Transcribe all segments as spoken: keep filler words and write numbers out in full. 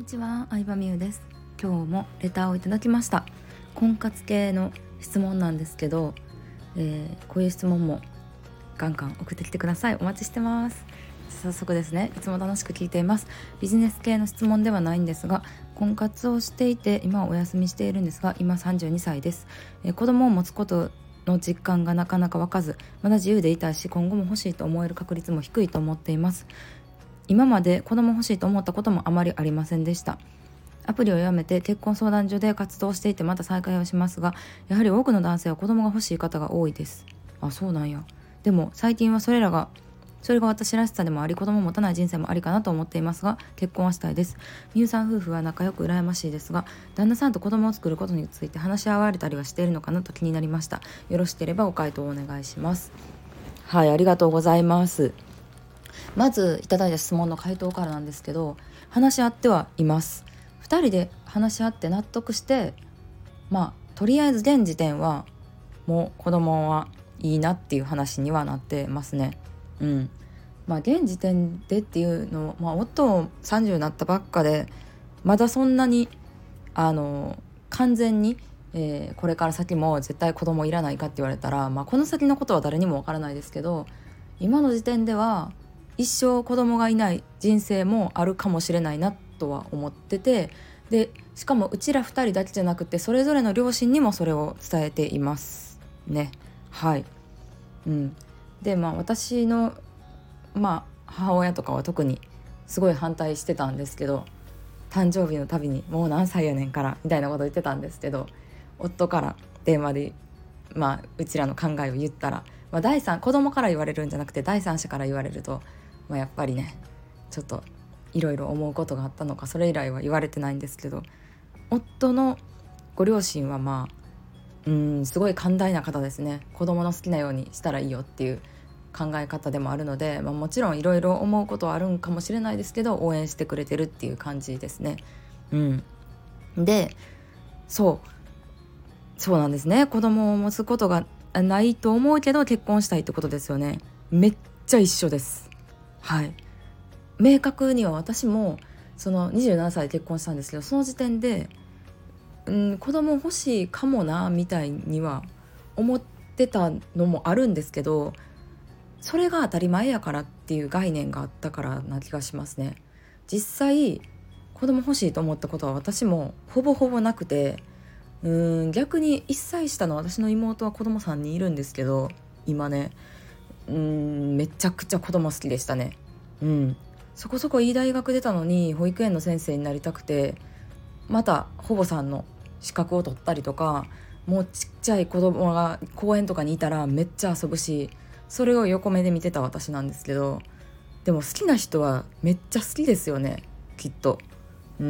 ちは、相葉美優です。今日もレターをいただきました。婚活系の質問なんですけど、えー、こういう質問もガンガン送ってきてください。お待ちしてます。早速ですね、いつも楽しく聞いています。ビジネス系の質問ではないんですが、婚活をしていて今はお休みしているんですが、今さんじゅうにさいです。えー、子供を持つことの実感がなかなか湧かず、まだ自由でいたいし、今後も欲しいと思える確率も低いと思っています。今まで子供欲しいと思ったこともあまりありませんでした。アプリをやめて結婚相談所で活動していて、また再開をしますが、やはり多くの男性は子供が欲しい方が多いです。あ、そうなんや。でも最近はそれらがそれが私らしさでもあり、子供を持たない人生もありかなと思っていますが、結婚はしたいです。みゆさん夫婦は仲良く羨ましいですが、旦那さんと子供を作ることについて話し合われたりはしているのかなと気になりました。よろしければご回答をお願いします。はい、ありがとうございます。まずいただいた質問の回答からなんですけど、話し合ってはいます。ふたりで話し合って納得して、まあとりあえず現時点はもう子供はいいなっていう話にはなってますね。うん。まあ現時点でっていうの、まあ夫もさんじゅうになったばっかで、まだそんなにあの完全に、えーこれから先も絶対子供いらないかって言われたら、まあこの先のことは誰にもわからないですけど、今の時点では一生子供がいない人生もあるかもしれないなとは思ってて、でしかもうちらふたりだけじゃなくて、それぞれの両親にもそれを伝えていますね。はい、うん、でまあ私の、まあ、母親とかは特にすごい反対してたんですけど、誕生日のたびにもう何歳やねんからみたいなこと言ってたんですけど、夫から電話で、まあ、うちらの考えを言ったら、まあ、第三子供から言われるんじゃなくて第三者から言われると、まあ、やっぱりねちょっといろいろ思うことがあったのか、それ以来は言われてないんですけど、夫のご両親はまあうーんすごい寛大な方ですね。子供の好きなようにしたらいいよっていう考え方でもあるので、まあ、もちろんいろいろ思うことはあるんかもしれないですけど、応援してくれてるっていう感じですね。うん、でそうそうなんですね。子供を持つことがないと思うけど結婚したいってことですよね。めっちゃ一緒です。はい、明確には私もそのにじゅうななさいで結婚したんですけど、その時点で、うん、子供欲しいかもなみたいには思ってたのもあるんですけど、それが当たり前やからっていう概念があったからな気がしますね。実際子供欲しいと思ったことは私もほぼほぼなくて、うーん逆にいっさい下の私の妹は子供さんにんいるんですけど、今ねうーんめちゃくちゃ子供好きでしたね。うん、そこそこいい大学出たのに保育園の先生になりたくて、また保母さんの資格を取ったりとか、もうちっちゃい子供が公園とかにいたらめっちゃ遊ぶし、それを横目で見てた私なんですけど、でも好きな人はめっちゃ好きですよね、きっと。うん、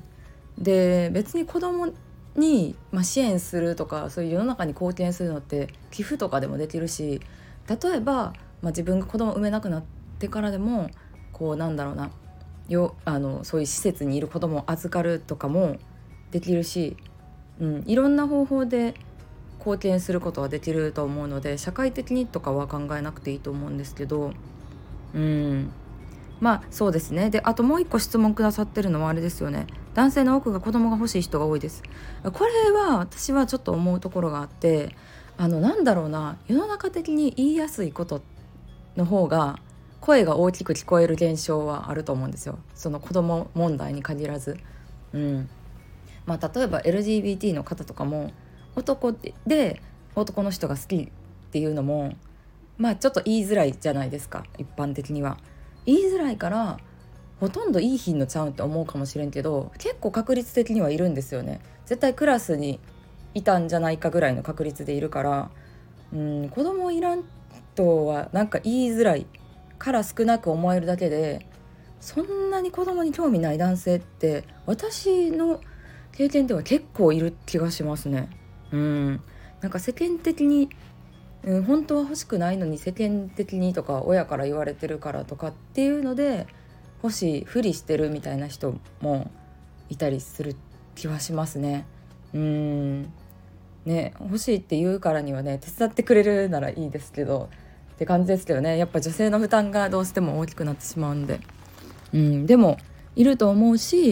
で別に子供に、まあ、支援するとかそういう世の中に貢献するのって寄付とかでもできるし、例えば、まあ、自分が子供を産めなくなってからでもこうなんだろうなよあのそういう施設にいる子供を預かるとかもできるし、うん、いろんな方法で貢献することはできると思うので、社会的にとかは考えなくていいと思うんですけど、うんまあそうですね。であともう一個質問くださってるのはあれですよね。男性の多くが子供が欲しい人が多いです。これは私はちょっと思うところがあって、あのなんだろうな、世の中的に言いやすいことの方が声が大きく聞こえる現象はあると思うんですよ。その子供問題に限らず、うんまあ、例えば エルジービーティー の方とかも男で男の人が好きっていうのも、まあちょっと言いづらいじゃないですか。一般的には言いづらいからほとんどいい品のちゃうって思うかもしれんけど、結構確率的にはいるんですよね。絶対クラスにいたんじゃないかぐらいの確率でいるから、うん子供いらんとはなんか言いづらいから少なく思えるだけで、そんなに子供に興味ない男性って私の経験では結構いる気がしますね。うんなんか世間的に、うん、本当は欲しくないのに世間的にとか親から言われてるからとかっていうので欲しいふりしてるみたいな人もいたりする気はしますね。うんね欲しいって言うからにはね手伝ってくれるならいいですけどって感じですけどね。やっぱ女性の負担がどうしても大きくなってしまうんで、うん、でもいると思うし、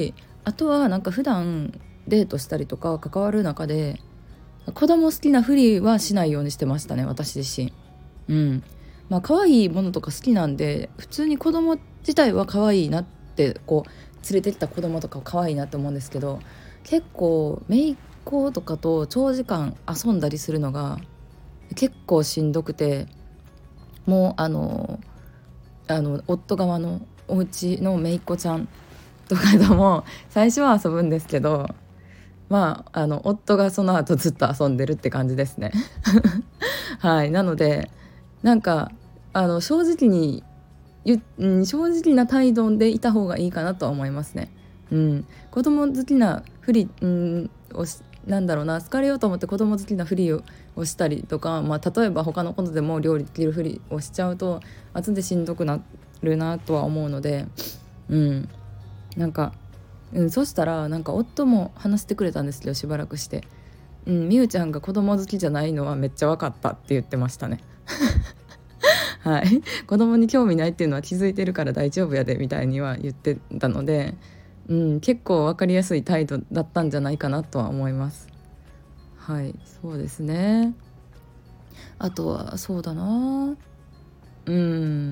あとはなんか普段デートしたりとか関わる中で子供好きなふりはしないようにしてましたね、私自身。うんまあ可愛いものとか好きなんで、普通に子供自体は可愛いなって、こう連れてきた子供とか可愛いなって思うんですけど、結構姪っ子とかと長時間遊んだりするのが結構しんどくて、もうあのあの夫側のお家の姪っ子ちゃんとかとも最初は遊ぶんですけど、まああの夫がその後ずっと遊んでるって感じですねはいなのでなんかあの正直にゆ、うん、正直な態度でいた方がいいかなとは思いますね。うん、子供好きなふり、うん、をしなんだろうな好かれようと思って子供好きなふりををしたりとか、まあ、例えば他のことでも料理できるふりをしちゃうと後でしんどくなるなとは思うので、うん、なんか、うん、そしたらなんか夫も話してくれたんですけど、しばらくして、うん、みゆちゃんが子供好きじゃないのはめっちゃ分かったって言ってましたねはい子供に興味ないっていうのは気づいてるから大丈夫やでみたいには言ってたので、うん、結構分かりやすい態度だったんじゃないかなとは思います。はいそうですね。あとはそうだな、うん、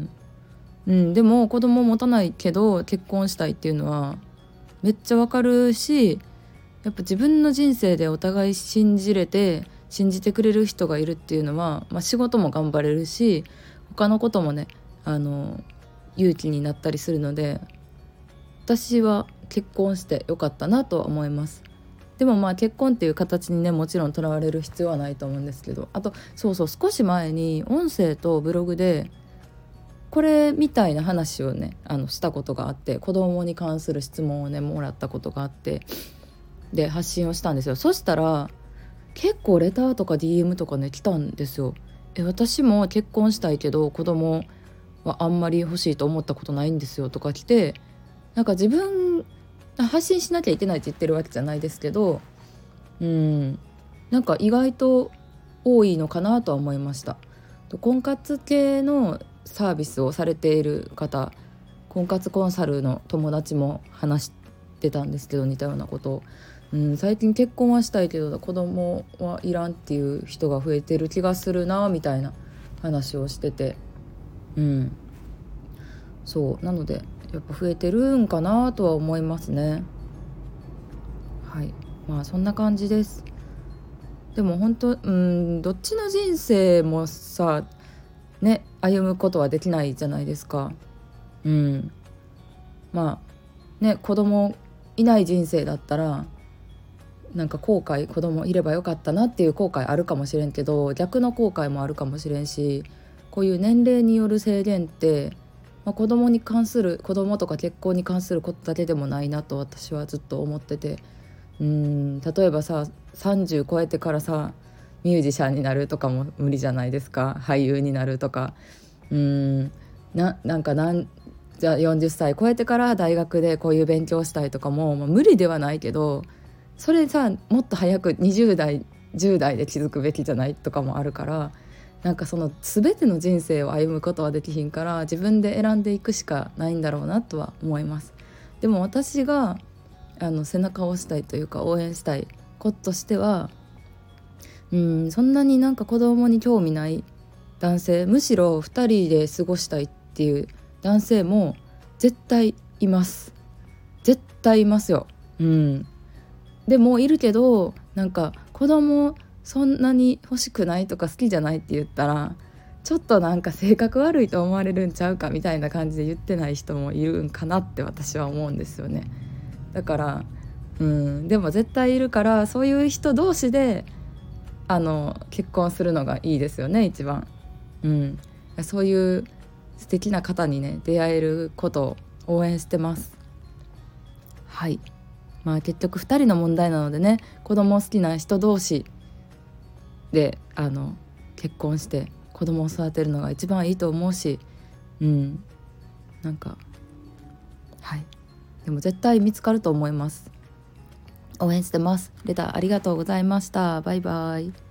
うん、でも子供持たないけど結婚したいっていうのはめっちゃわかるし、やっぱ自分の人生でお互い信じれて信じてくれる人がいるっていうのは、まあ、仕事も頑張れるし他のこともねあの勇気になったりするので、私は結婚してよかったなとは思います。でもまあ結婚っていう形にねもちろんとらわれる必要はないと思うんですけど、あとそうそう少し前に音声とブログでこれみたいな話をねあのしたことがあって、子供に関する質問をねもらったことがあって、で発信をしたんですよ。そしたら結構レターとか ディーエム とかね来たんですよ。え私も結婚したいけど子供はあんまり欲しいと思ったことないんですよとか来て、なんか自分発信しなきゃいけないって言ってるわけじゃないですけど、うんなんか意外と多いのかなとは思いました。婚活系のサービスをされている方、婚活コンサルの友達も話してたんですけど、似たようなことを、うん、最近結婚はしたいけど子供はいらんっていう人が増えてる気がするなみたいな話をしてて、うんそうなのでやっぱ増えてるんかなとは思いますね。はいまあそんな感じです。でも本当うんどっちの人生もさね歩むことはできないじゃないですか。うんまあね子供いない人生だったらなんか後悔、子供いればよかったなっていう後悔あるかもしれんけど、逆の後悔もあるかもしれんし、こういう年齢による制限って、まあ、子供に関する子供とか結婚に関することだけでもないなと私はずっと思ってて、うーん例えばささんじゅう超えてからさミュージシャンになるとかも無理じゃないですか、俳優になるとか、うーん な, なんかなんじゃあよんじゅっさい超えてから大学でこういう勉強したいとかも、まあ、無理ではないけど、それさもっと早くにじゅう代じゅう代で気づくべきじゃないとかもあるから、なんかその全ての人生を歩むことはできひんから自分で選んでいくしかないんだろうなとは思います。でも私があの背中を押したいというか応援したいこととしては、うんそんなになんか子供に興味ない男性、むしろふたりで過ごしたいっていう男性も絶対います。絶対いますよ。うんでもいるけど、なんか子供そんなに欲しくないとか好きじゃないって言ったらちょっとなんか性格悪いと思われるんちゃうかみたいな感じで言ってない人もいるんかなって私は思うんですよね。だからうんでも絶対いるから、そういう人同士であの結婚するのがいいですよね一番。うんそういう素敵な方にね出会えることを応援してます。はいまあ結局ふたりの問題なのでね、子供好きな人同士であの結婚して子供を育てるのが一番いいと思うし、うんなんかはいでも絶対見つかると思います。応援してます。レターありがとうございました。バイバイ。